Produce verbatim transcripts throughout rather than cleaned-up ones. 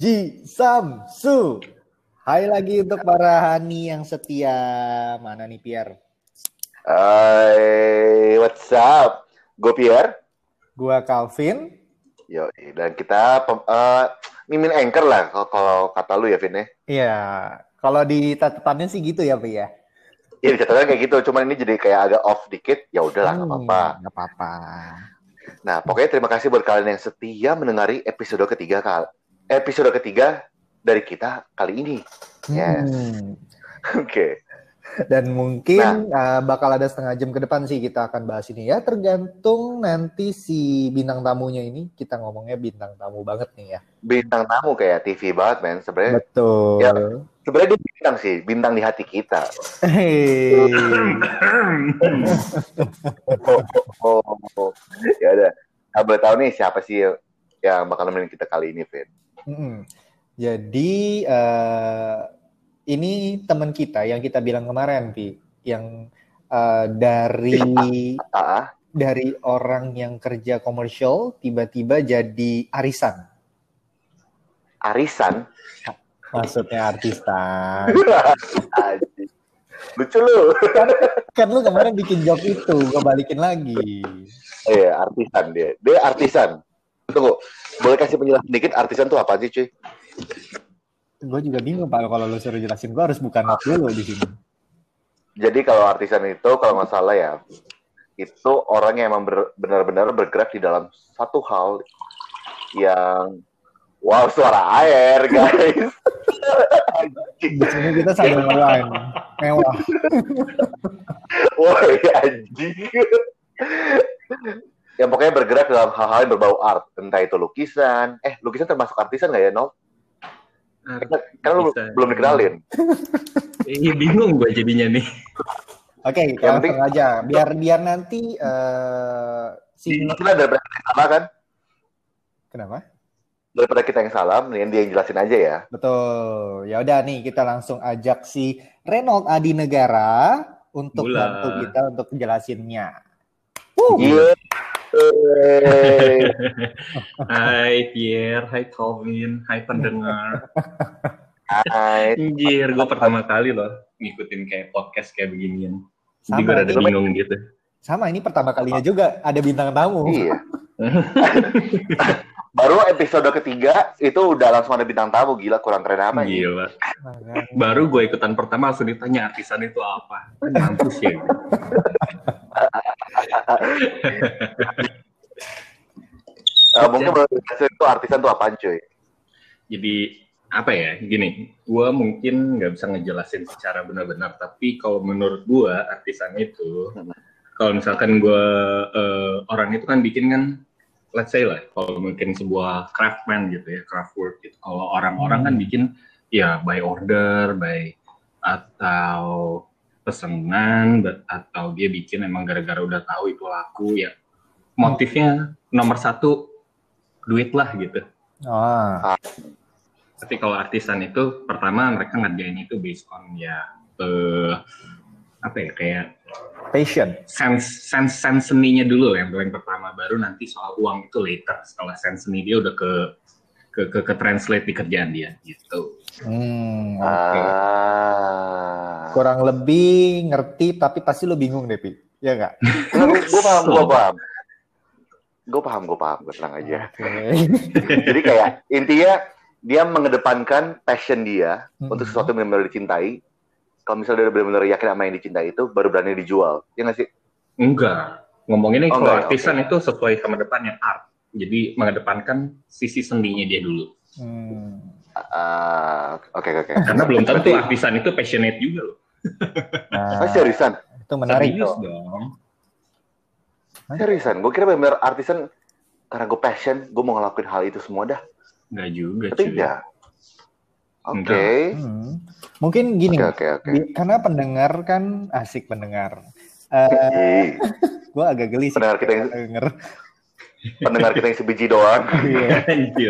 Ji Samsu. Hai lagi untuk para Hani yang setia. Mana nih Pierre? Hai, what's up? Gue Pierre. Gua Calvin. Yo, dan kita uh, mimin anchor lah kalau kata lu ya, Vin ya. Iya, kalau di catatannya sih gitu ya, Pi ya. Iya, di catatan kayak gitu, cuman ini jadi kayak agak off dikit. Ya udahlah, nggak Hmm, apa-apa. Nggak apa-apa. Nah, pokoknya terima kasih buat kalian yang setia mendengar episode ketiga kali. Episode ketiga dari kita kali ini. Yes. Hmm. Oke. Okay. Dan mungkin nah, uh, bakal ada setengah jam ke depan sih kita akan bahas ini ya. Tergantung nanti si bintang tamunya ini. Kita ngomongnya bintang tamu banget nih ya. Bintang tamu kayak T V banget, men. Sebenarnya. Betul. Ya, sebenarnya dia bintang sih, bintang di hati kita. Hey. oh, oh, oh, oh. Ya udah. Nah, boleh tahu nih siapa sih yang bakal nemenin kita kali ini, Vin? Mm-hmm. Jadi uh, ini teman kita yang kita bilang kemarin, Pi, yang uh, dari ah. dari orang yang kerja komersial tiba-tiba jadi arisan. Arisan? Maksudnya artisan. Lucu lu. Kan, kan lu kemarin bikin joke itu, gue balikin lagi. Iya, artisan dia. Dia artisan. Tunggu, boleh kasih penjelasan dikit artisan tuh apa sih, cuy? Gue juga bingung Pak kalau lu suruh jelasin, gue harus buka note dulu di sini. Jadi kalau artisan itu kalau nggak salah ya, itu orang yang emang ber, benar-benar bergerak di dalam satu hal yang wow, suara air guys. Di sini kita sambil nge-wine mewah. Wah, anjing. Yang pokoknya bergerak dalam hal-hal yang berbau art, entah itu lukisan. Eh, lukisan termasuk artisan nggak ya, Nol? Kan lu belum dikenalin. Iya, bingung gue jadinya nih. Oke, okay, langsung aja. Biar biar nanti uh, si kita daripada kita yang salah kan? Kenapa? Daripada kita yang salah, mendingan dia yang jelasin aja ya. Betul. Ya udah nih, kita langsung ajak si Reynold Adi Negara untuk Bula. bantu kita untuk jelasinnya. Uh. Yeah. Hey. Hai Pierre, hai Calvin, hai pendengar. Hai. Anjir, gue pertama kali loh ngikutin kayak podcast kayak beginian. Jadi gue rada bingung gitu. Sama, ini pertama kalinya juga ada bintang tamu. Iya. Baru episode ketiga itu udah langsung ada bintang tamu, gila, kurang keren apa ya? Gila. Baru gue ikutan pertama langsung ditanya artisan itu apa. Mampus ya. uh, mungkin itu artisan itu apaan cuy? Jadi apa ya, gini, gue mungkin nggak bisa ngejelasin secara benar-benar, tapi kalau menurut gue artisan itu, hmm. kalau misalkan gue uh, orang itu kan bikin kan, let's say lah, kalau mungkin sebuah craftsman gitu ya, craft work gitu, kalau orang-orang hmm. kan bikin ya by order, by atau pesanan, atau dia bikin emang gara-gara udah tahu itu laku ya, motifnya nomor satu duit lah gitu. Ah. Tapi kalau artisan itu pertama mereka ngerjain itu based on ya uh, apa ya kayak passion, sense sense sense seninya dulu yang paling pertama, baru nanti soal uang itu later setelah sense seni dia udah ke ke ke, ke translate di kerjaan dia gitu. Hmm, oke. Okay. Ah. Kurang lebih ngerti tapi pasti lo bingung deh, Pi. Ya nggak? Gue paham, gue paham. Gue paham, gue paham, gue tenang aja. Okay. Jadi kayak intinya dia mengedepankan passion dia hmm. untuk sesuatu yang benar-benar dicintai. Kalau misalnya dia benar-benar yakin sama yang dicintai itu, baru berani dijual. Ya nggak sih? Enggak. Ngomonginnya oh, kalau artisan okay. itu sesuai sama depannya art. Jadi mengedepankan sisi seninya dia dulu. Hmm. Uh, oke, oke. Okay, okay. Karena belum tentu artisan itu passionate juga loh. Nah, seriusan? Itu menarik Serius tuh. dong. Seriusan? Gue kira benar-benar artisan karena gue passion, gue mau ngelakuin hal itu semua dah. Enggak juga, cuy. Tidak. Oke. Okay. Hmm. Mungkin gini, okay, okay, okay. Di, karena pendengar kan asik pendengar. Uh, gue agak geli sih. Pendengar kita yang denger. Pendengar kita yang sebiji doang. Anjir.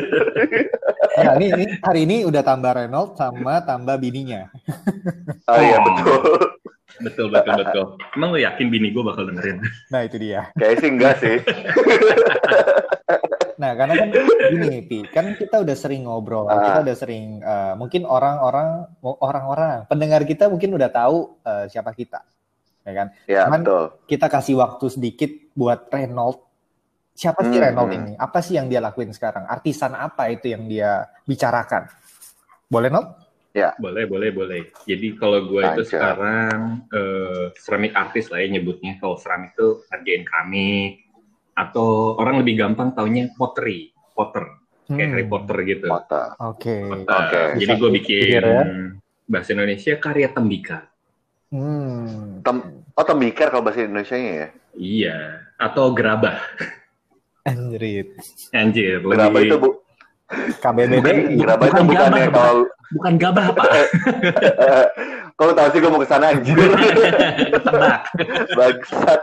Nah, ini, ini hari ini udah tambah Reynold sama tambah bininya. Oh iya, betul. Betul, betul, betul. Emang lo yakin bini gue bakal dengerin? Nah, itu dia. Kayaknya sih enggak sih. Nah, karena kan gini, Pi, kan kita udah sering ngobrol, Ah. kita udah sering, uh, mungkin orang-orang, orang-orang, pendengar kita mungkin udah tahu uh, siapa kita, ya kan? Ya, Cuman betul. kita kasih waktu sedikit buat Reynolds. Siapa sih Hmm, Reynolds hmm. ini? Apa sih yang dia lakuin sekarang? Artisan apa itu yang dia bicarakan? Boleh, Not? Ya, Boleh, boleh, boleh. Jadi kalau gue itu Lanjut. sekarang eh, ceramic artist lah ya nyebutnya. Kalau ceramic itu ngerjain keramik. Atau orang lebih gampang taunya pottery. Potter. Kayak Hmm. Harry Potter gitu. Mata. Oke. Potter. Oke. Jadi gue bikin Pikir ya. bahasa Indonesia karya tembikar. Hmm. Tem- oh, tembikar kalau bahasa Indonesianya ya? Iya. Atau gerabah. Anjrit. Anjir. Gerabah lebih- itu bu, K B B D I. gerabah itu bukan bukannya gabah, kalau Bukan gabah, Pak. kalau tahu sih gue mau kesana anjir. Tebak. Bangsat.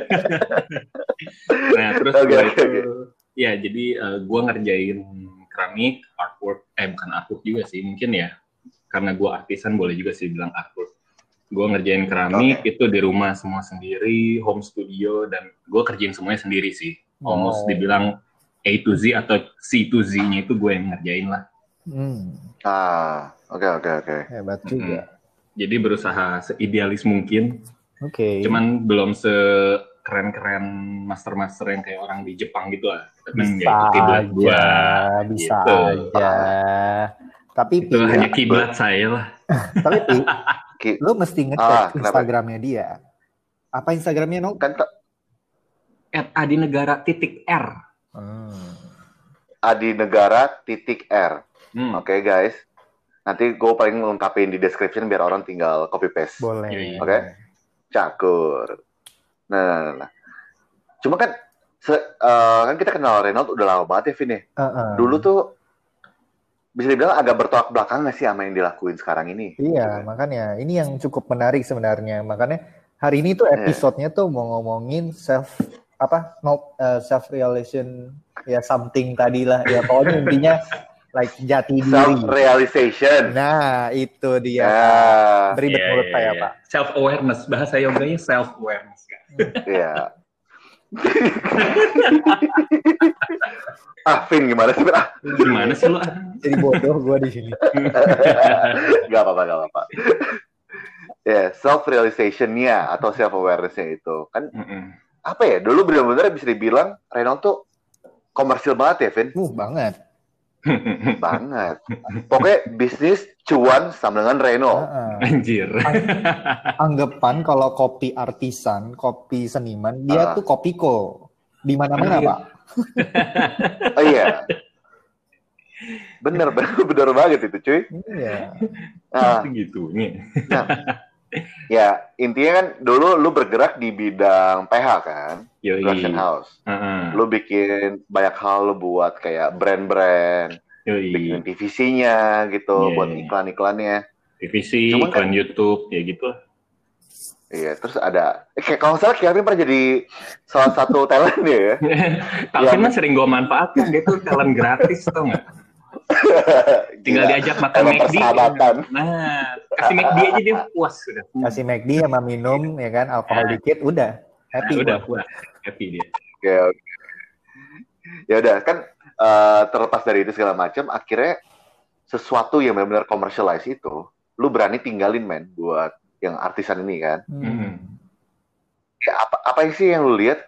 Nah, terus Oke, gue oke, itu, oke. ya jadi uh, gue ngerjain keramik, artwork, eh bukan artwork juga sih, mungkin ya, karena gue artisan boleh juga sih bilang artwork. Gue ngerjain keramik itu di rumah semua sendiri, home studio, dan gue kerjain semuanya sendiri sih. Almost Oh. dibilang A to Z atau C to Z-nya itu gue yang ngerjain lah. Hmm. Ah, oke oke oke. Hebat juga. Jadi berusaha seidealis mungkin, Oke. cuman belum se keren-keren master-master yang kayak orang di Jepang gitu lah. Tapi bisa nggak ikut kiblat aja, gua. bisa gitu. aja. Tapi Itu Pi, hanya kiblat saya lah. tapi Pi, Ki- lu mesti ngecek Ah, kenapa? Instagramnya dia. Apa Instagramnya, No? Kan t- At adinegara titik R. Hmm. Adi Negara titik R. Hmm. Oke guys. Nanti gue paling lengkapin di description biar orang tinggal copy paste. Boleh. Yoi. Oke. Cakur. Nah, nah, nah, nah. Cuma kan, se- eh, kan kita kenal Reynolds udah lama banget ya, Vin ya. Uh-uh. Dulu tuh bisa dibilang agak bertolak belakang nggak sih sama yang dilakuin sekarang ini? Iya, makanya ini yang cukup menarik sebenarnya. Makanya hari ini tuh episode-nya tuh mau ngomongin self apa no uh, self realization ya something tadi lah ya pokoknya intinya like jati diri. Self realization. Nah, itu dia. Ya, Beribet Iya, mulut iya, saya, iya. Pak. Self awareness, bahasa yoganya self awareness kan. iya. Ah, Vin gimana sih? Vin? Ah, Gimana sih lu? Jadi bodoh gua di sini. gak apa-apa, gak apa-apa. Ya, self realization-nya atau self awareness-nya itu kan Mm-mm. apa ya? Dulu benar-benar bisa dibilang Reynolds tuh komersil banget ya, Vin? Uh, banget. Banget. Pokoknya bisnis cuan sama dengan Reynolds. Uh-uh. Anjir. Anggapan kalau kopi artisan, kopi seniman, dia Ah. tuh kopiko. Di mana-mana, Anjir. Pak. Oh iya. Bener, bener, bener banget itu, cuy. Iya. Nah, Segitunya. ya intinya kan dulu lu bergerak di bidang P H kan, Yoi. production house. Uh-uh. Lu bikin banyak hal, lu buat kayak brand-brand, Yoi. bikin T V C-nya gitu, Yeah. buat iklan-iklannya. T V C, Cuman kan- iklan YouTube, ya gitu. Iya, terus ada, eh, kayak kalau nggak salah Kevin pernah jadi salah satu talent ya. Calvin Yang- mah sering gue manfaatkan, dia tuh talent gratis tau nggak? Tinggal Gila. diajak makan Emang McD. persahabatan. Nah, kasih McD aja dia puas sudah. Kasih McD sama minum, ya kan, alkohol Nah. dikit, udah. Happy. Nah, udah gua. puas, happy dia. Oke, oke. Ya udah kan eh, terlepas dari itu segala macam, akhirnya sesuatu yang benar-benar commercialize itu, lu berani tinggalin men buat yang artisan ini kan. Hmm. Ya, apa apa sih yang lu lihat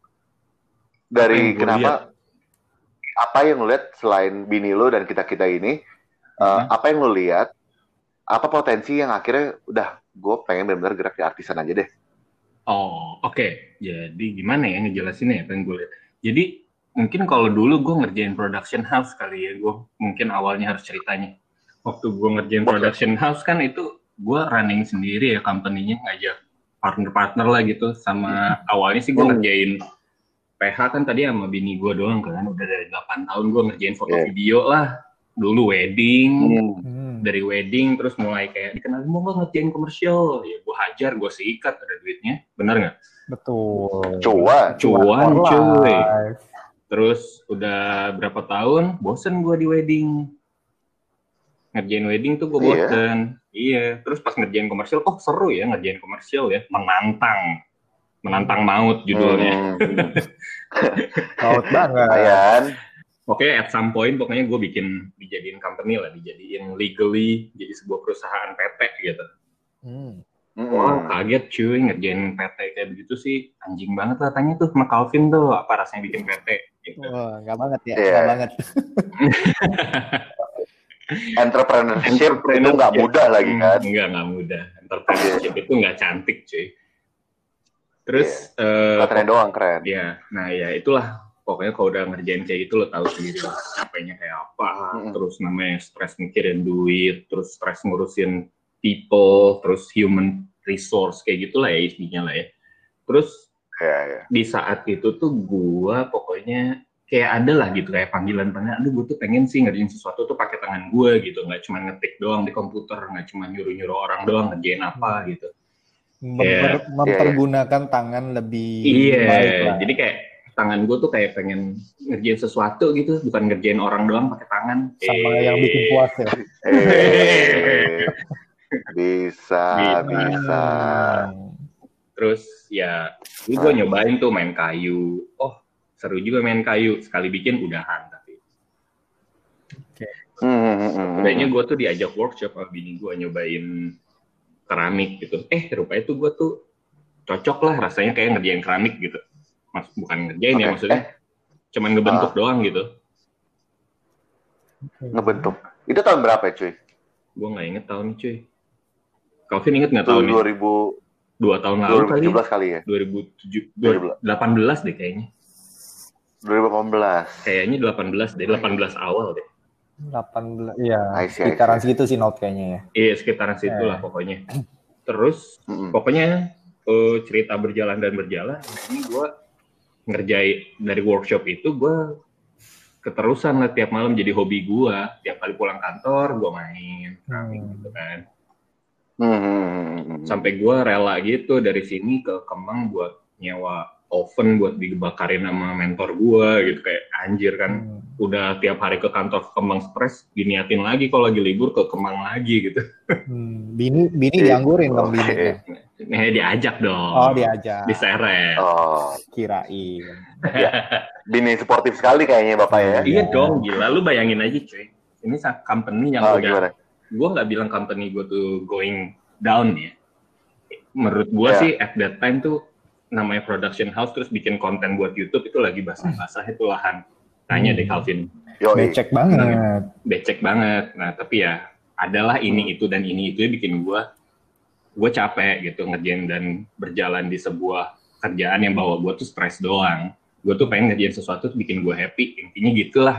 Apa dari yang gua kenapa? lihat? Apa yang lu lihat selain bini lu dan kita kita ini? eh, Hmm. Apa yang lu lihat? Apa potensi yang akhirnya udah gue pengen benar-benar gerak di artisan aja deh. Oh, oke. Jadi gimana ya ngejelasinnya ya, pengen gue lihat. Jadi mungkin kalau dulu gue ngerjain production house kali ya, gue mungkin awalnya harus ceritanya. Waktu gue ngerjain production house kan itu gue running sendiri ya company-nya, ngajak partner-partner lah gitu. Sama awalnya sih gue Hmm. ngerjain P H kan tadi sama bini gue doang kan, udah dari delapan tahun gue ngerjain foto Yeah. video lah. Dulu wedding, Hmm. dari wedding terus mulai kayak dikenalin mau nggak ngerjain komersial, ya gue hajar, gue sikat, ada duitnya, benar nggak? Betul. Cuan. Cuan, for cuy. life. Terus udah berapa tahun, bosen gue di wedding. Ngerjain wedding tuh gue Iya. bosen. Iya, terus pas ngerjain komersial, oh seru ya ngerjain komersial ya, menantang. Menantang maut judulnya. Hmm. Laut banget. Lumayan. Oke, at some point pokoknya gue bikin dijadiin company lah, dijadiin legally jadi sebuah perusahaan P T gitu. Hmm. Wah, wow, kaget cuy ngerjain P T kayak begitu sih, anjing banget lah. Tanya tuh sama Calvin tuh apa rasanya bikin P T gitu. Wah, nggak banget ya, yeah. nggak banget. Entrepreneurship itu nggak mudah lagi kan? Nggak, nggak mudah. Entrepreneurship itu nggak cantik cuy. Terus yeah. uh, keren doang, keren. Ya, nah ya itulah. Pokoknya kalau udah ngerjain kayak gitu lo tahu sendiri lah capeknya kayak apa. Mm-hmm. Terus namanya stres mikirin duit, terus stres ngurusin people, terus human resource kayak gitulah ya intinya lah ya. Terus yeah, yeah. di saat itu tuh gua pokoknya kayak ada lah gitu kayak panggilan-panggilan, aduh gue tuh pengen sih ngerjain sesuatu tuh pakai tangan gue gitu, nggak cuma ngetik doang di komputer, nggak cuma nyuruh-nyuruh orang doang ngerjain apa gitu. Memper, yeah. Mempergunakan yeah. tangan lebih iya, baik lah. Jadi kayak tangan gue tuh kayak pengen ngerjain sesuatu gitu, bukan ngerjain orang doang pakai tangan. Sama eh. yang bikin puas ya. Eh. bisa, bisa, bisa. Terus ya, ini gue nyobain tuh main kayu. Oh, seru juga main kayu. Sekali bikin udahan tapi. Oke. Okay. Hmm. Kayaknya gue tuh diajak workshop sama bini gue nyobain keramik gitu. Eh, rupanya tuh gue tuh cocok lah rasanya kayak ngerjain keramik gitu. Mas, bukan ngerjain okay. ya maksudnya. Eh. Cuman ngebentuk uh. doang gitu. Ngebentuk. Itu tahun berapa ya, cuy? Gue nggak inget tahun cuy. Calvin inget nggak tahun dua ribu Dua tahun lalu dua ribu tujuh belas kali ya? dua ribu tujuh belas, delapan belas deh kayaknya. dua ribu delapan belas Kayaknya delapan belas deh, delapan belas awal deh. delapan belas, iya. Sekitaran segitu sih note kayaknya ya. Iya, sekitaran situ lah pokoknya. Terus, mm-hmm. pokoknya uh, cerita berjalan dan berjalan. Nah, ini gue ngerjain dari workshop itu, gue keterusan lah tiap malam jadi hobi gue. Tiap kali pulang kantor, gue main keramik hmm. gitu kan. Hmm. Sampai gue rela gitu dari sini ke Kemang buat nyewa oven buat dibakarin sama mentor gue gitu, kayak anjir kan hmm. udah tiap hari ke kantor ke Kemang stres, diniatin lagi kalau lagi libur ke Kemang lagi gitu. Hmm. Bini bini dianggurin dong bini. Nih diajak dong. Oh diajak. Diseret. Oh kirain. Ya. Bini sportif sekali kayaknya bapak ya. Iya dong, gila lu bayangin aja cuy. Ini company yang oh, udah. Gimana? Gue nggak bilang company gue tuh going down ya. Menurut gue yeah. sih at that time tuh namanya production house terus bikin konten buat YouTube itu lagi basah-basah itu lahan. Tanya hmm. deh Calvin. Becek banget. Nah, becek banget. Nah tapi ya adalah ini itu dan ini itu ya bikin gue gue capek gitu ngerjain dan berjalan di sebuah kerjaan yang bawa gue tuh stres doang. Gue tuh pengen ngerjain sesuatu tuh bikin gue happy. Intinya gitulah.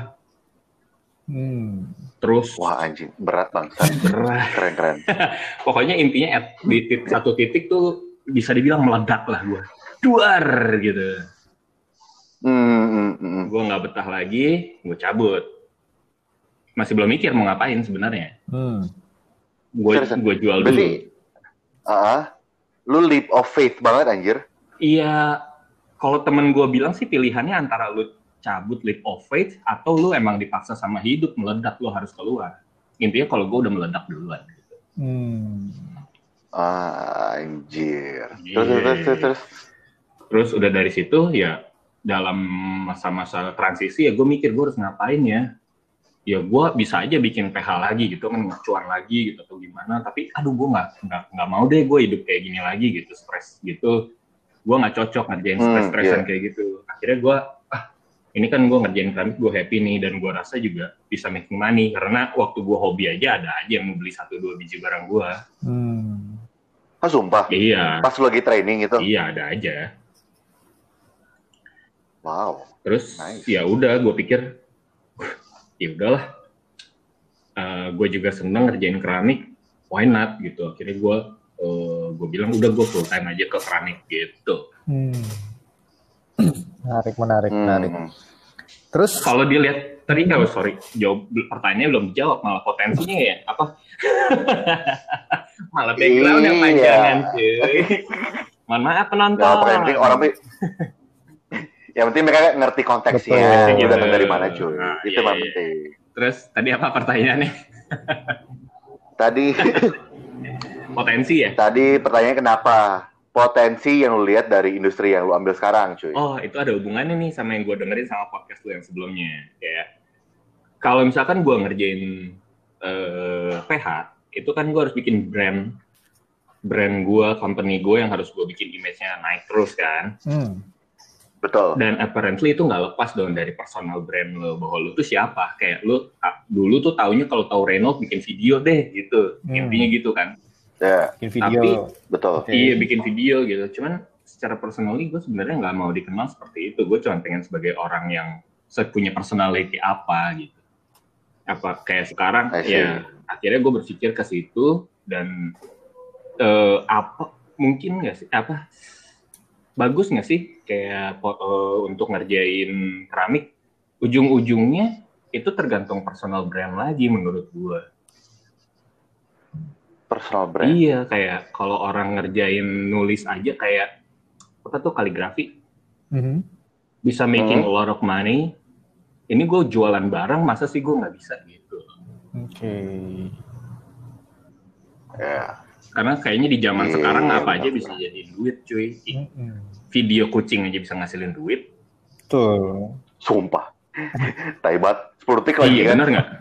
Hmm. Terus wah anjing berat bang, berat keren keren. Pokoknya intinya at, di titik, satu titik tuh bisa dibilang meledak lah gue, duar gitu. Hmm, hmm, hmm. Gue nggak betah lagi, gue cabut. Masih belum mikir mau ngapain sebenarnya. Hmm. Gue gue jual berarti, dulu. Uh, lu leap of faith banget anjir. Iya, kalau temen gue bilang sih pilihannya antara lu cabut leap of faith atau lu emang dipaksa sama hidup meledak, lu harus keluar. Intinya kalau gue udah meledak duluan gitu. Hmm. Ah, anjir. Yeah. Terus, terus, terus, terus. Terus udah dari situ ya dalam masa-masa transisi ya gue mikir gue harus ngapain ya. Ya gue bisa aja bikin P H lagi gitu kan, ngecuan lagi gitu atau gimana. Tapi aduh gue nggak nggak nggak mau deh gue hidup kayak gini lagi gitu, stres gitu. Gue nggak cocok ngerjain stres-stresan hmm, yeah. kayak gitu. Akhirnya gue ini kan gue ngerjain keramik, gue happy nih, dan gue rasa juga bisa making money, karena waktu gue hobi aja ada aja yang mau beli satu dua biji barang gue. Hmm. Ah sumpah? Iya. Pas lu lagi training gitu? Iya, ada aja. Wow. Terus nice. ya udah, gue pikir, ya udahlah, uh, gue juga seneng ngerjain keramik, why not gitu. Akhirnya gue, uh, gue bilang udah gue full time aja ke keramik gitu. Hmm. Menarik, menarik, hmm. menarik. Terus kalau dilihat tadi nggak, sorry, jawab pertanyaannya belum dijawab, malah potensinya ya apa? Malah background yang panjangan cuy. Mohon maaf penonton. Nah, yang penting orang yang penting mereka ngerti konteksnya, itu datang dari mana cuy. Nah, itu yang iya, penting. Terus tadi apa pertanyaannya? Tadi potensi ya? Tadi pertanyaannya kenapa? Potensi yang lu lihat dari industri yang lu ambil sekarang, cuy. Oh, itu ada hubungannya nih sama yang gue dengerin sama podcast lu yang sebelumnya. Kayak kalau misalkan gue ngerjain uh, P H, itu kan gue harus bikin brand, brand gue, company gue yang harus gue bikin image-nya naik terus kan. Hmm. Betul. Dan apparently itu nggak lepas dong dari personal brand lo, bahwa lo tuh siapa. Kayak lo dulu tuh taunya kalau tahu Renault bikin video deh gitu, hmm. intinya gitu kan. Ya. Bikin video. Tapi betul. Okay. Iya bikin video gitu. Cuman secara personally gue sebenarnya nggak mau dikenal seperti itu. Gue cuma pengen sebagai orang yang punya personality apa gitu. Apa kayak sekarang ya akhirnya gue berpikir ke situ dan uh, apa mungkin nggak sih apa bagus nggak sih kayak uh, untuk ngerjain keramik ujung-ujungnya itu tergantung personal brand lagi menurut gue. Personal brand. Iya kayak kalau orang ngerjain nulis aja kayak apa tuh kaligrafi mm-hmm. bisa making mm-hmm. a lot of money. Ini gue jualan barang masa sih gue nggak bisa gitu. Oke. Okay. Ya. Yeah. Karena kayaknya di zaman yeah, sekarang apa aja bisa jadi duit cuy. Mm-hmm. Video kucing aja bisa ngasilin duit. Tuh. Sumpah. Taibat sepuluh detik lagi iya, kan. Iya benar nggak?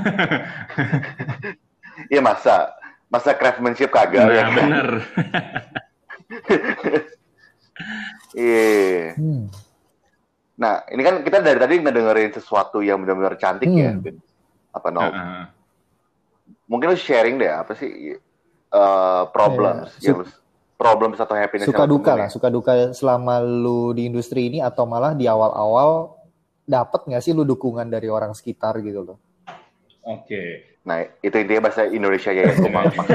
Iya masa. Masa craftsmanship kagak. Nah ya? bener. Iya. Hmm. Nah, ini kan kita dari tadi ngedengerin sesuatu yang benar-benar cantik hmm. ya. Apa no? Uh-uh. Mungkin lu sharing deh apa sih uh, problems yeah. yang lu, problems atau happiness suka duka lah, suka duka selama lu di industri ini atau malah di awal-awal dapet nggak sih lu dukungan dari orang sekitar gitu loh? Oke. Okay. Nah, itu intinya bahasa Indonesia ya, gue maksud.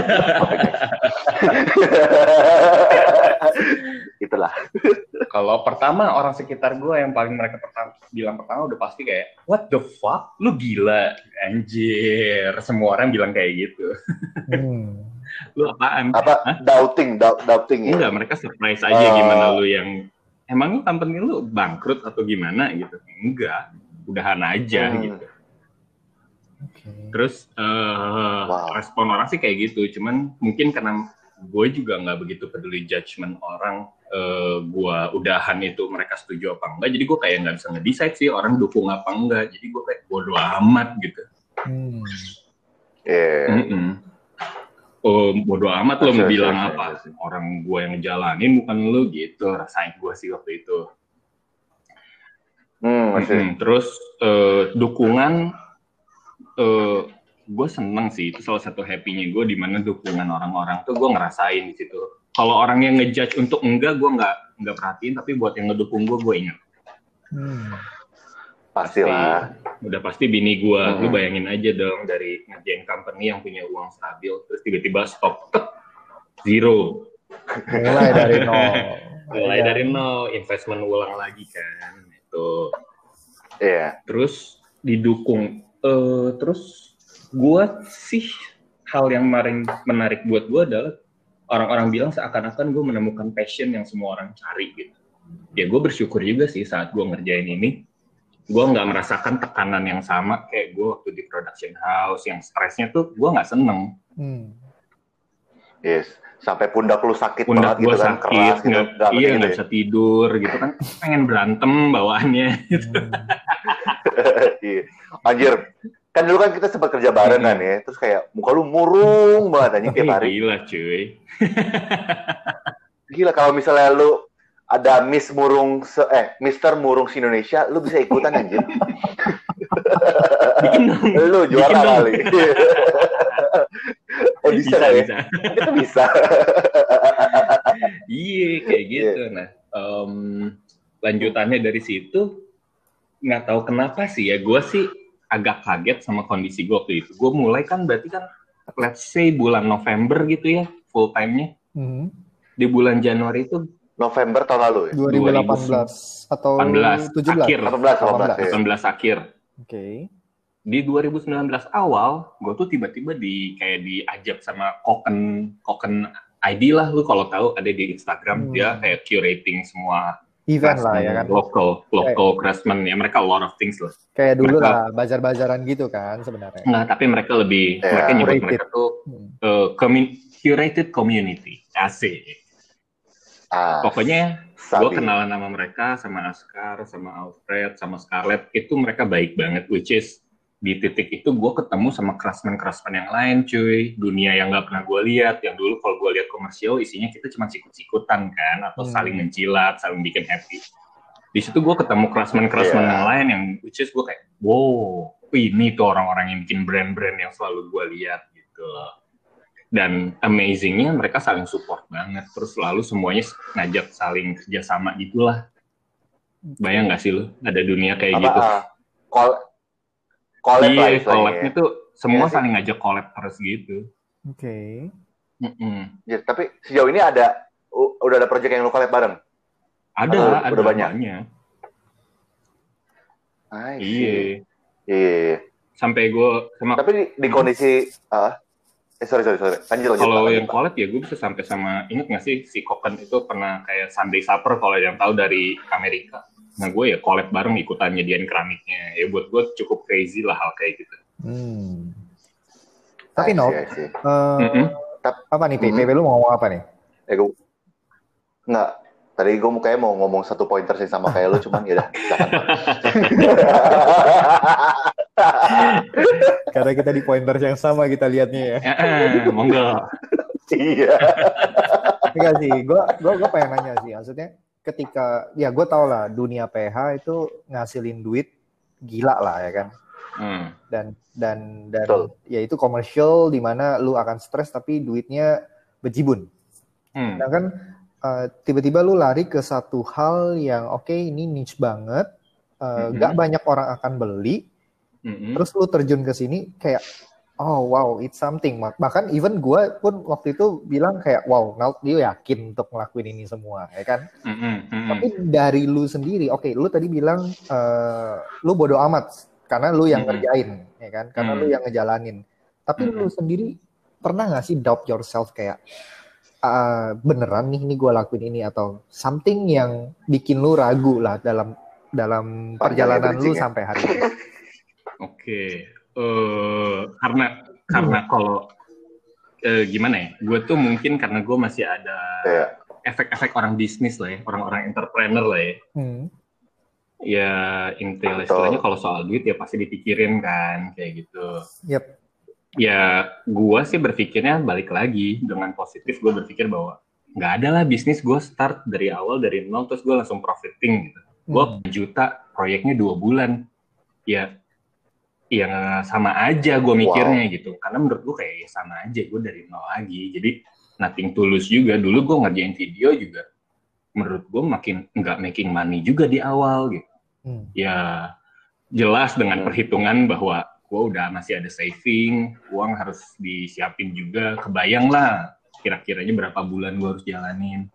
Itulah. Kalau pertama orang sekitar gue yang paling mereka pertama, bilang pertama udah pasti kayak what the fuck, lu gila, anjir. Semua orang bilang kayak gitu. Hmm. Lu apaan? Apa? Hah? Doubting, doubt, doubting ya? Enggak, mereka surprise aja uh... gimana lu yang emangnya company lu bangkrut atau gimana gitu? Enggak, udahan aja hmm. gitu. Okay. Terus uh, wow. respon orang sih kayak gitu, cuman mungkin karena gue juga nggak begitu peduli judgement orang, uh, gue udahan itu mereka setuju apa enggak, jadi gue kayak nggak bisa nge-decide sih orang dukung apa enggak, jadi gue kayak bodo amat gitu. Hmm. Yeah. Oh, bodo amat lo mau bilang yeah, apa, yeah. orang gue yang ngejalanin bukan lo gitu, rasain gue sih waktu itu. Hmm, hmm, terus uh, dukungan Uh, gue seneng sih, itu salah satu happy-nya gue di mana dukungan orang-orang tuh gue ngerasain di situ. Kalau orang yang ngejudge untuk enggak, gue nggak nggak perhatiin, tapi buat yang ngedukung gue, gue ingat. Hmm. Pastilah. Pasti, udah pasti bini gue, hmm. lu bayangin aja dong dari ngerjain company yang punya uang stabil, terus tiba-tiba stop, zero. Mulai dari nol. Mulai dari nol, investment ulang lagi kan, itu. Iya. Yeah. Terus didukung. Uh, terus gue sih hal yang maring menarik buat gue adalah orang-orang bilang seakan-akan gue menemukan passion yang semua orang cari gitu. Ya gue bersyukur juga sih saat gue ngerjain ini, gue nggak merasakan tekanan yang sama kayak gue waktu di production house yang stresnya tuh gue nggak seneng. Hmm. Yes, sampai pundak lu sakit pundak banget gitu kan, sakit, keras gitu. Gak, iya nggak bisa tidur gitu kan, pengen berantem bawaannya gitu. Iya. Anjir, kan dulu kan kita sempat kerja barengan hmm. ya, terus kayak muka lu murung banget anjing tiap hari. Gila cuy. Gila kalau misalnya lu ada Miss Murung se- eh Mister Murung se Indonesia, lu bisa ikutan anjir. Bikin dong. Lu juara Bikin kali. Oh bisa, bisa ya? Bisa. Itu bisa. Iya kayak gitu. Yeah. Nah, um, lanjutannya dari situ nggak tahu kenapa sih ya, gue sih agak kaget sama kondisi gue waktu itu. Gue mulai kan berarti kan let's say bulan November gitu ya full time-nya. Mm-hmm. Di bulan Januari itu November tahun lalu ya? dua ribu delapan belas atau delapan belas tujuh belas? Akhir. delapan belas, delapan belas, delapan belas akhir. Oke. Okay. Di dua ribu sembilan belas awal, gue tuh tiba-tiba di kayak diajak sama Koken Koken I D lah, lu kalau tahu ada di Instagram, hmm. dia kayak curating semua event lah ya kan, local local craftsman ya, mereka a lot of things lah. Kayak dulu mereka, lah bazar-bazaran gitu kan sebenarnya. Enggak, tapi mereka lebih yeah. mereka nyebut mereka tuh uh, commun- curated community, asik. Ah, pokoknya gue kenalan sama mereka, sama Askar, sama Alfred, sama Scarlett, itu mereka baik banget, which is di titik itu gue ketemu sama craftsman-craftsman yang lain, cuy. Dunia yang nggak pernah gue lihat. Yang dulu kalau gue lihat komersial, isinya kita cuma sikut-sikutan kan, atau hmm. saling mencilat, saling bikin happy. Di situ gue ketemu craftsman-craftsman yeah. yang lain yang which is gue kayak, wow, ini tuh orang-orang yang bikin brand-brand yang selalu gue lihat gitu. Dan amazingnya mereka saling support banget. Terus selalu semuanya ngajak saling kerjasama gitulah. Bayang nggak sih lu ada dunia kayak Apa, gitu? Uh, call- Collab iya, lah collab itu semua iya, saling ngajak collab terus gitu. Oke. Okay. Ya, tapi sejauh ini ada u- udah ada project yang lu collab bareng? Ada, Atau ada udah banyak. banyak. Iya. Iya. Sampai gue sama. Tapi di, di kondisi, uh, eh sorry sorry sorry. Lanjut lanjut. Kalau yang collab ya gue bisa sampai sama, ingat nggak sih si Koken itu pernah kayak Sunday Supper kalau yang tahu dari Amerika. Nah gue ya collab bareng ikutan nyediain keramiknya. Ya buat gue cukup crazy lah hal kayak gitu. Hmm. Tapi no, uh, mm-hmm. apa nih P? Mm-hmm. P lu mau ngomong apa nih? Eh gue nggak. Tadi gue kayaknya mau ngomong satu pointer sih sama kayak lu, cuman ya udah. Karena kita di pointers yang sama kita lihatnya ya. Eh, monggo. Iya. Enggak sih, gue gue gue pengen nanya sih, maksudnya ketika ya gue tau lah dunia P H itu ngasilin duit gila lah ya kan. Hmm. Dan dan dan Betul. Ya itu komersial di mana lu akan stres tapi duitnya bejibun. Hmm. Nah kan uh, tiba-tiba lu lari ke satu hal yang oke okay, ini niche banget, uh, mm-hmm. gak banyak orang akan beli, mm-hmm. terus lu terjun ke sini kayak oh wow it's something. Bahkan even gue pun waktu itu bilang kayak wow Nalt dia yakin untuk ngelakuin ini semua ya kan. Mm-hmm. Tapi dari lu sendiri, oke okay, lu tadi bilang uh, lu bodo amat karena lu yang mm-hmm. ngerjain ya kan, karena mm-hmm. lu yang ngejalanin. Tapi mm-hmm. lu sendiri pernah nggak sih doubt yourself kayak uh, beneran nih ini gue lakuin ini atau something yang bikin lu ragu lah dalam dalam perjalanan lu ya? Sampai hari ini? Oke. Okay. Uh, karena karena kalau uh, gimana ya, gue tuh mungkin karena gue masih ada yeah. efek-efek orang bisnis lah ya, orang-orang entrepreneur lah ya. Hmm. Ya intinya istilahnya kalau soal duit ya pasti dipikirin kan kayak gitu. Yep. Ya gue sih berpikirnya balik lagi dengan positif, gue berpikir bahwa nggak ada lah bisnis gue start dari awal dari nol terus gue langsung profiting gitu. Hmm. Gue juta proyeknya dua bulan, ya yang sama aja gue mikirnya wow. gitu, karena menurut gue kayak ya sama aja gue dari nol lagi, jadi nothing tulus juga. Dulu gue ngerjain video juga menurut gue makin nggak making money juga di awal gitu. Hmm. Ya jelas dengan perhitungan bahwa gue udah masih ada saving, uang harus disiapin juga, kebayang lah kira-kiranya berapa bulan gue harus jalanin.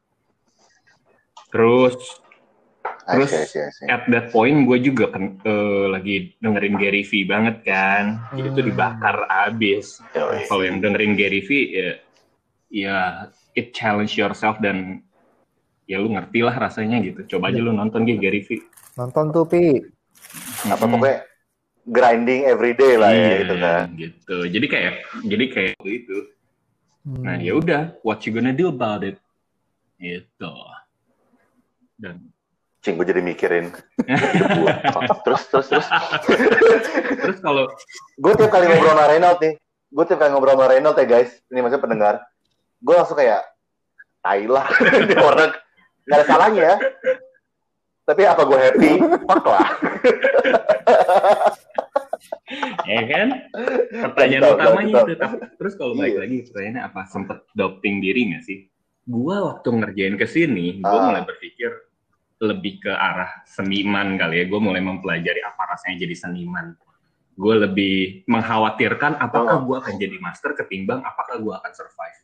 Terus Terus I see, I see, I see. At that point gue juga kan uh, lagi dengerin Gary V banget kan, hmm. jadi tuh dibakar abis. Oh, kalau yang dengerin Gary V ya, ya it challenge yourself dan ya lu ngerti lah rasanya gitu. Coba aja lu nonton gitu Gary V. Nonton tuh Pi. Apa hmm. pokoknya grinding everyday lah iya, ya gitu kan. Gitu. Jadi kayak jadi kayak itu. Hmm. Nah ya udah, what you gonna do about it? Gitu. Dan Cing, gue jadi mikirin oh, terus terus terus terus kalau gue tiap kali ngobrol sama Reynald nih gue tiap kali ngobrol sama Reynald ya guys, ini maksudnya pendengar, gue langsung kayak tai lah ini orang nggak ada salahnya ya, tapi apa gue happy fuck lah ya kan pertanyaan betul, utamanya betul. Itu terus kalau balik iya. lagi pertanyaannya apa sempet doubting diri nggak sih? Gue waktu ngerjain kesini gue uh. mulai berpikir lebih ke arah seniman kali ya. Gue mulai mempelajari apa rasanya jadi seniman. Gue lebih mengkhawatirkan apakah gue akan jadi master ketimbang apakah gue akan survive.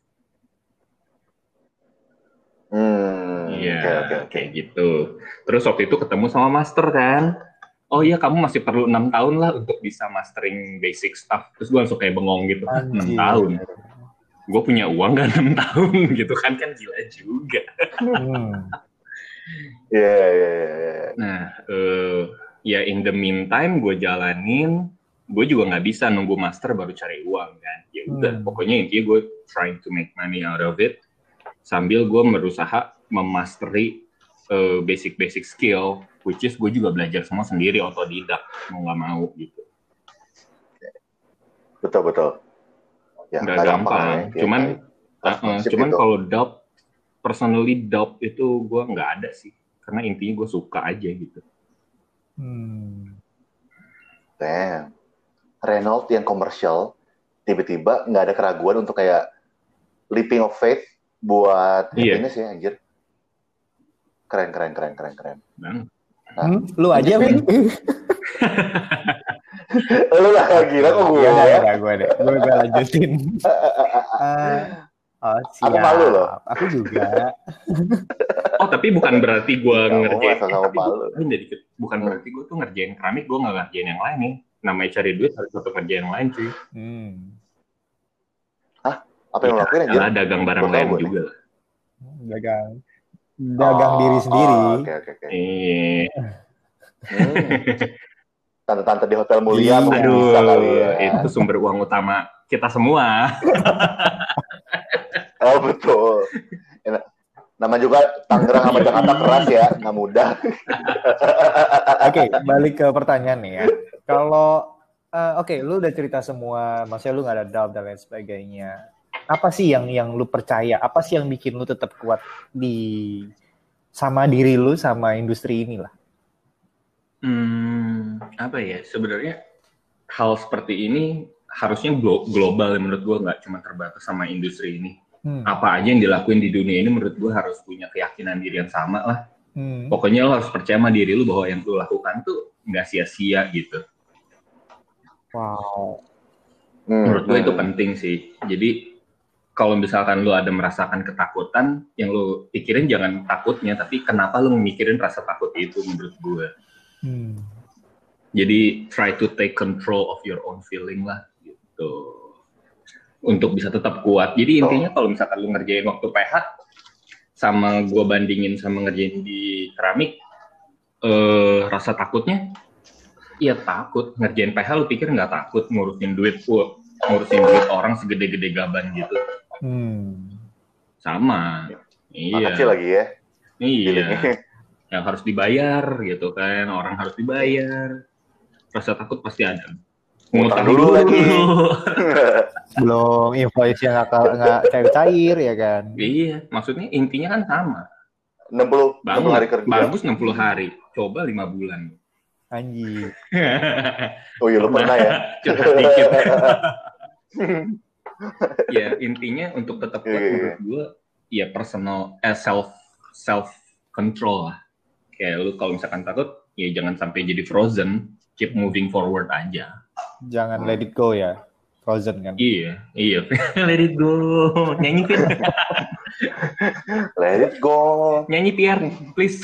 Hmm, iya, okay, okay, okay. kayak gitu. Terus waktu itu ketemu sama master kan. Oh iya, kamu masih perlu enam tahun lah untuk bisa mastering basic stuff. Terus gue langsung kayak bengong gitu. enam tahun. Gue punya uang gak enam tahun gitu kan, kan gila juga. Hmm. Iya, yeah, iya, yeah, iya. Yeah. Nah, uh, ya in the meantime gue jalanin, gue juga nggak bisa nunggu master baru cari uang kan. Ya udah, hmm. pokoknya intinya gue trying to make money out of it, sambil gue berusaha memasteri uh, basic-basic skill, which is gue juga belajar semua sendiri, otodidak, mau nggak mau gitu. Betul betul. Ya, nggak gampang. Ya, cuman uh, uh, cuman gitu. Kalau doubt, personally doubt itu gue nggak ada sih. Karena intinya gue suka aja gitu. Hmm. Damn. Renault yang komersial tiba-tiba nggak ada keraguan untuk kayak leaping of faith buat iya. happiness ya anjir. Keren keren keren keren keren. Nah. Nah, hmm, lu aja Vin. Lu lah gila kok gue ya. Ya ya gue deh. Gue gue lanjutin. uh, oh, siap. Aku malu loh. Aku juga. Oh tapi bukan berarti gue ngerjain. Sama malu. Bukan, bukan berarti gue tuh ngerjain keramik, gue nggak ngerjain yang lain nih. Namanya cari duit harus untuk ngerjain yang lain cuy. Hmm. Hah? Apa yang ya, lo lakuin aja? Adalah dagang barang lain juga lah. Dagang. Dagang oh, diri sendiri. Oke oke oke. Iya. Tante-tante di hotel mulia mungkin bisa kali ya. Itu sumber uang utama kita semua. Oh betul. Nama juga Tangerang sama Jakarta keras ya, nggak mudah. Oke, okay, balik ke pertanyaan nih ya. Kalau uh, oke, okay, lu udah cerita semua, maksudnya lu nggak ada doubt dan lain sebagainya. Apa sih yang yang lu percaya? Apa sih yang bikin lu tetap kuat di sama diri lu sama industri ini lah? Hmm, apa ya? Sebenarnya hal seperti ini harusnya global ya menurut gue, nggak cuma terbatas sama industri ini. Hmm. Apa aja yang dilakuin di dunia ini menurut gue harus punya keyakinan diri yang sama lah. Hmm. Pokoknya lo harus percaya sama diri lu bahwa yang lu lakukan tuh nggak sia-sia gitu. Wow. Hmm. Menurut gue itu penting sih. Jadi kalau misalkan lu ada merasakan ketakutan, yang lu pikirin jangan takutnya, tapi kenapa lu mikirin rasa takut itu menurut gue. Hmm. Jadi try to take control of your own feeling lah gitu. Untuk bisa tetap kuat. Jadi intinya oh. kalau misalkan lu ngerjain waktu P H sama gue bandingin sama ngerjain di keramik, eh, rasa takutnya, iya takut. Ngerjain P H lu pikir nggak takut ngurusin duit, uh, ngurusin duit orang segede-gede gaban gitu. Hmm. Sama. Iya. Makasih lagi ya. Iya. Yang harus dibayar gitu kan, orang harus dibayar. Rasa takut pasti ada. Ngutang dulu lagi. Belum invoice-nya nggak nggak cair-cair ya kan? Iya, maksudnya intinya kan sama. enam puluh, enam puluh hari kerja. Bagus enam puluh hari. Coba lima bulan. Anjir. Oh iya, lu pernah ya? Curhat dikit. Ya, intinya untuk tetap kuat yeah, menurut gue, ya personal, eh, self self control lah. Kayak lu kalau misalkan takut, ya jangan sampai jadi frozen. Keep moving forward aja. Jangan let it go ya. Frozen kan. Iya, iya. Let it go. Nyanyi Pier. Let it go. Nyanyi Pier, please.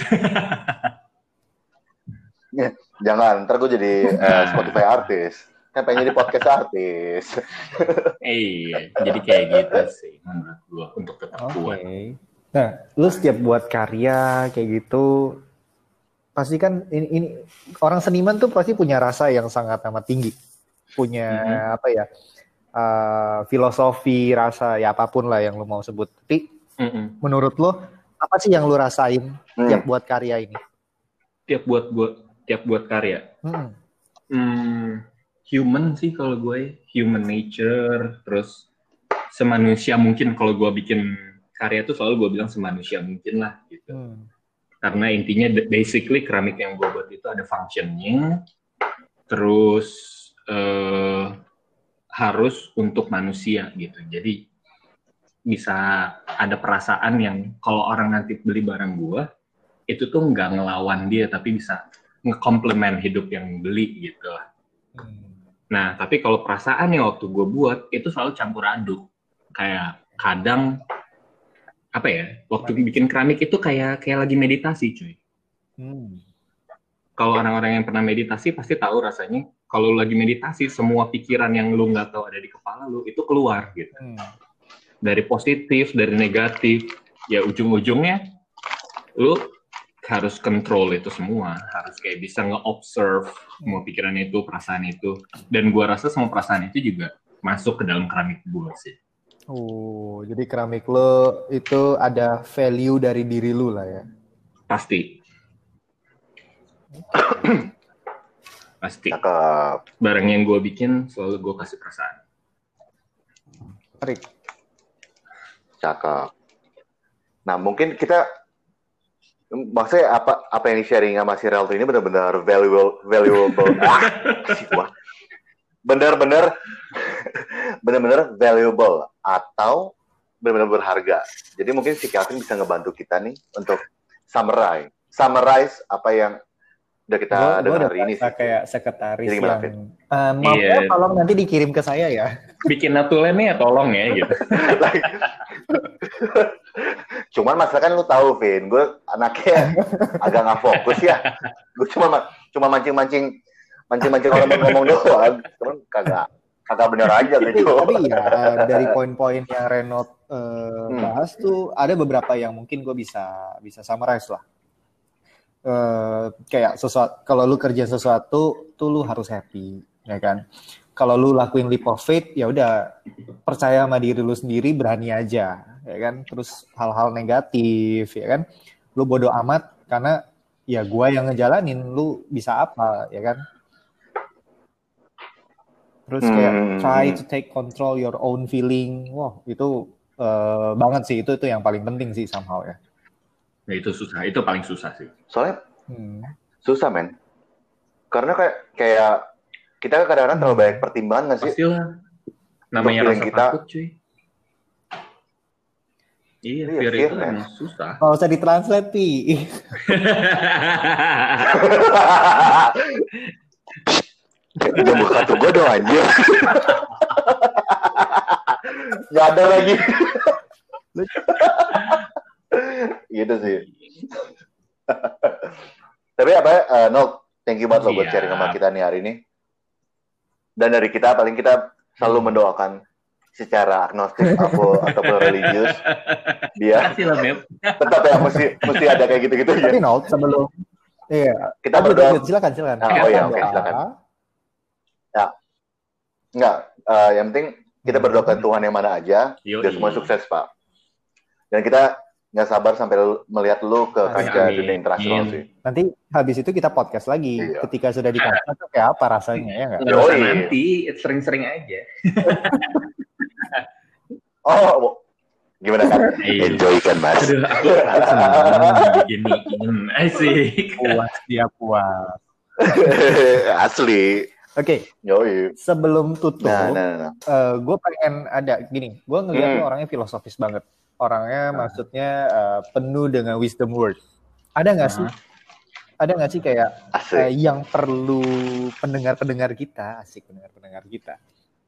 Jangan, ntar gue jadi uh, Spotify artis. Kan pengen jadi podcast artis. Iya, jadi kayak gitu sih menurut gue untuk tetap okay. kuat. Nah, lu setiap buat karya kayak gitu, pasti kan ini, ini orang seniman tuh pasti punya rasa yang sangat amat tinggi, punya mm-hmm. apa ya uh, filosofi, rasa ya apapun lah yang lu mau sebut. Tapi mm-hmm. menurut lo apa sih yang lu rasain mm. tiap buat karya ini? Tiap buat buat tiap buat karya, mm. hmm, human sih kalau gue, human nature, terus semanusia mungkin kalau gue bikin karya tuh selalu gue bilang semanusia mungkin lah gitu. Mm. Karena intinya basically keramik yang gue buat itu ada function-nya, terus uh, harus untuk manusia gitu. Jadi bisa ada perasaan yang kalau orang nanti beli barang gue, itu tuh nggak ngelawan dia, tapi bisa nge-complement hidup yang beli gitu. Hmm. Nah, tapi kalau perasaan yang waktu gue buat, itu selalu campur aduk. Kayak kadang apa ya, waktu bikin keramik itu kayak kayak lagi meditasi cuy. Hmm. Kalau orang-orang yang pernah meditasi pasti tahu rasanya kalau lagi meditasi semua pikiran yang lu nggak tahu ada di kepala lu itu keluar gitu. Hmm. Dari positif, dari negatif, ya ujung-ujungnya lu harus kontrol itu semua, harus kayak bisa nge-observe semua pikiran itu, perasaan itu, dan gua rasa semua perasaan itu juga masuk ke dalam keramik gua sih. Oh, jadi keramik lo itu ada value dari diri lu lah ya? Pasti. Pasti. Cakep. Barang yang gue bikin selalu gue kasih perasaan. Trik. Cakep. Nah, mungkin kita maksudnya apa apa yang di-sharing sama si Relto ini benar-benar valuable valuable. ah, sih gua. Benar-benar benar-benar valuable atau benar-benar berharga. Jadi mungkin si Kelvin bisa ngebantu kita nih untuk summarize summarize apa yang udah kita Gua, dengar gua hari ini sih. Kayak sekretaris Jadi yang gimana, uh, maaf Iya. ya, tolong nanti dikirim ke saya ya. Bikin notulennya tolong ya gitu. Cuman masalah kan lu tahu, Vin, gue anaknya agak nggak fokus ya. Gue cuma cuma mancing-mancing mancing-mancing orang ngomong doang, cuman kagak kagak bener aja Tapi, gitu. tapi ya dari poin-poin yang Renot uh, Hmm. bahas tuh ada beberapa yang mungkin gue bisa bisa summarize lah. Uh, kayak sesuatu, kalau lu kerja sesuatu tuh lu harus happy, ya kan? Kalau lu lakuin leap of faith, ya udah percaya sama diri lu sendiri, berani aja, ya kan? Terus hal-hal negatif, ya kan? Lu bodo amat karena ya gua yang ngejalanin, lu bisa apa, ya kan? Terus kayak Hmm. try to take control your own feeling. Wah, itu uh, banget sih, itu itu yang paling penting sih somehow ya. Nah, itu susah, itu paling susah sih. Soalnya Hmm. susah, men. Karena kayak kayak kita kadang-kadang terlalu banyak pertimbangan nggak sih? Pastilah. Namanya Untuk rasa feeling kita. takut, cuy. Iya, Iya, fear fear, itu man. emang susah. Nggak usah ditranslate, Pi. Udah buka kartu gue dong anjir. Gak ada lagi. Gitu sih. Tapi apa ya, uh, Nok, thank you banget loh buat Iya. sharing sama kita nih hari ini. Dan dari kita, paling kita selalu mendoakan secara agnostik atau ataupun religius, biar Kasih lah, Beb. tetap ya mesti mesti ada kayak gitu-gitu ya. Tapi Not, sebelum iya, Kita lanjut, berdoa. lanjut. silakan silakan. Ah, oh ya, Kita oke, doa. silakan. Enggak, uh, yang penting kita berdoa ke Tuhan yang mana aja, Yoi. biar semua sukses, Pak. Dan kita nggak sabar sampai lu- melihat lu ke kancah Amin. dunia internasional Amin. sih. Nanti habis itu kita podcast lagi. Iya. Ketika sudah di podcast tuh kayak apa rasanya ya nggak? Nggak usah Yoi. nanti, sering-sering aja. Oh, gimana kan? Iya. Enjoy kan, Mas? Aduh, aku senang diginiin. Asik. Puas dia puas. Asli. Oke, Yoi. sebelum tutup, Nah, nah, nah. gue pengen ada gini. Gue ngeliat Hmm. lu orangnya filosofis banget. Orangnya maksudnya uh, penuh dengan wisdom word. Ada nggak sih? Ada nggak sih kayak Asik. uh, yang perlu pendengar-pendengar kita, asik pendengar-pendengar kita,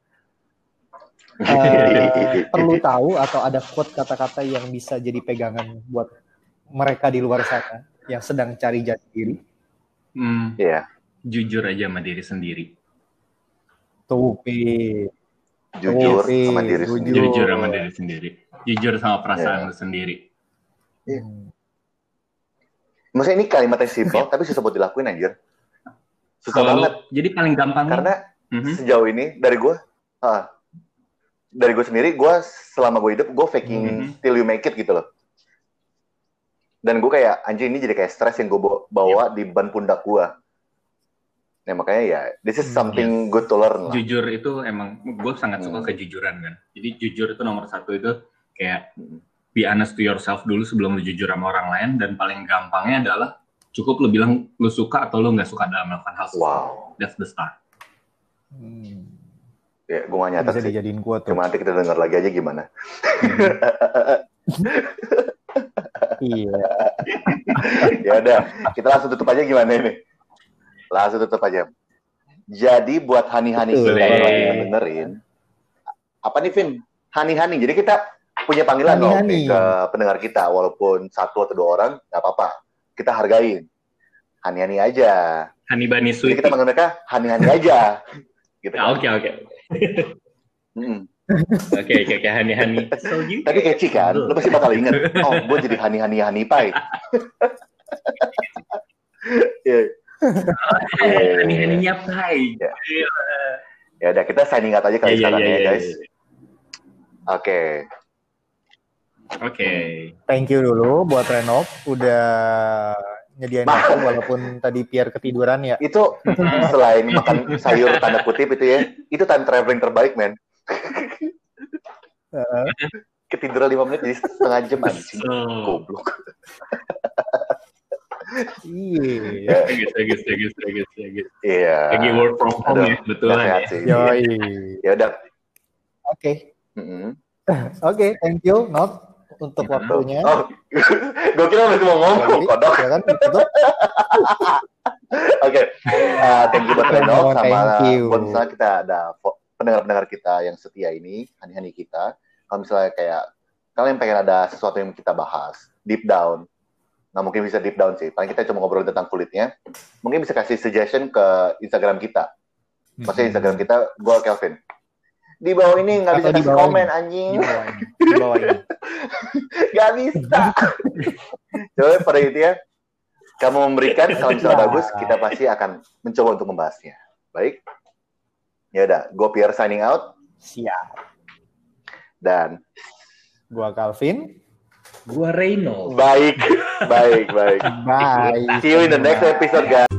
uh, perlu tahu atau ada quote kata-kata yang bisa jadi pegangan buat mereka di luar sana yang sedang cari jati diri? Hmm, Iya. jujur aja sama diri sendiri. Tuh, Pi. Jujur Oke, sama diri jujur. sendiri. Jujur sama diri sendiri. Jujur sama perasaan lu sendiri. Hmm. Maksudnya ini kalimat yang simpel, tapi susah buat dilakuin anjir. Susah Kalau banget. lu- jadi paling gampang Karena Mhm. sejauh ini dari gue, ah, dari gue sendiri, gue selama gue hidup, gue faking Mhm. till you make it gitu loh. Dan gue kayak, anjir ini jadi kayak stres yang gue bawa, bawa di ban pundak gue. Nah makanya ya, this is something good to learn lah. jujur itu emang gue sangat suka kejujuran kan. Jadi jujur itu nomor satu itu kayak be honest to yourself dulu sebelum lu jujur sama orang lain, dan paling gampangnya adalah cukup lu bilang lu suka atau lu nggak suka dalam melakukan hal sesuatu. Wow. That's the start. Hmm. Ya, gue gak nyata Bisa sih. dijadiin quote tuh. Cuma nanti kita denger lagi aja gimana. Iya. Ya udah, kita langsung tutup aja gimana ini? Langsung tutup aja. Jadi buat hani-hani Betul. kita yang lagi dengerin, apa nih Vin? Hani-hani. Jadi kita punya panggilan loh Hani-hani. nih ke pendengar kita, walaupun satu atau dua orang, nggak apa-apa. Kita hargain. Hani-hani aja. Hani Bani Jadi Sweet. kita manggil mereka hani-hani aja. Gitu. Ah, Oke oke. Mm. Oke oke oke Hani Hani. So you. Tapi kece kan? Lo pasti bakal inget. Oh, gue jadi hani-hani hani pai. Iya. Hani Haninya Pai. Ya. Ya udah, kita signing out aja kali Iya, iya, sekarang iya, ya iya, guys. iya. Oke. Oke. Thank you dulu buat Renov udah nyediain Bah. aku walaupun tadi Pierre ketiduran ya. Itu selain makan sayur tanda kutip itu ya, itu time traveling terbaik, men. Uh-huh. Ketiduran lima menit jadi setengah jam anjing. Goblok. Iya. Bagus, bagus, bagus, bagus, bagus. Iya. Lagi work from home ya, betul ya. Yoi. Ya udah. Oke. Mm-hmm. Oke, okay, thank you Not untuk mm-hmm. waktunya. Oh, gue kira masih mau ngomong, kodok. Ya kan, Oke, okay. uh, thank you buat Reno sama buat misalnya kita ada pendengar-pendengar kita yang setia ini, hani-hani kita. Kalau misalnya kayak kalian pengen ada sesuatu yang kita bahas, deep down, nggak mungkin bisa deep down sih. Paling kita cuma ngobrol tentang kulitnya. Mungkin bisa kasih suggestion ke Instagram kita. Maksudnya Instagram kita, gue Kelvin. Di bawah ini nggak bisa kasih komen ini. Anjing. Di bawah ini. Di bawah ini. Nggak bisa. Coba pada intinya, kamu memberikan kalau misalnya bagus, kita pasti akan mencoba untuk membahasnya. Baik. Ya udah, gue Pierre signing out. Siap. Dan gua Calvin. Gua Reno. Baik, baik, baik. Bye. See you in the next episode, guys.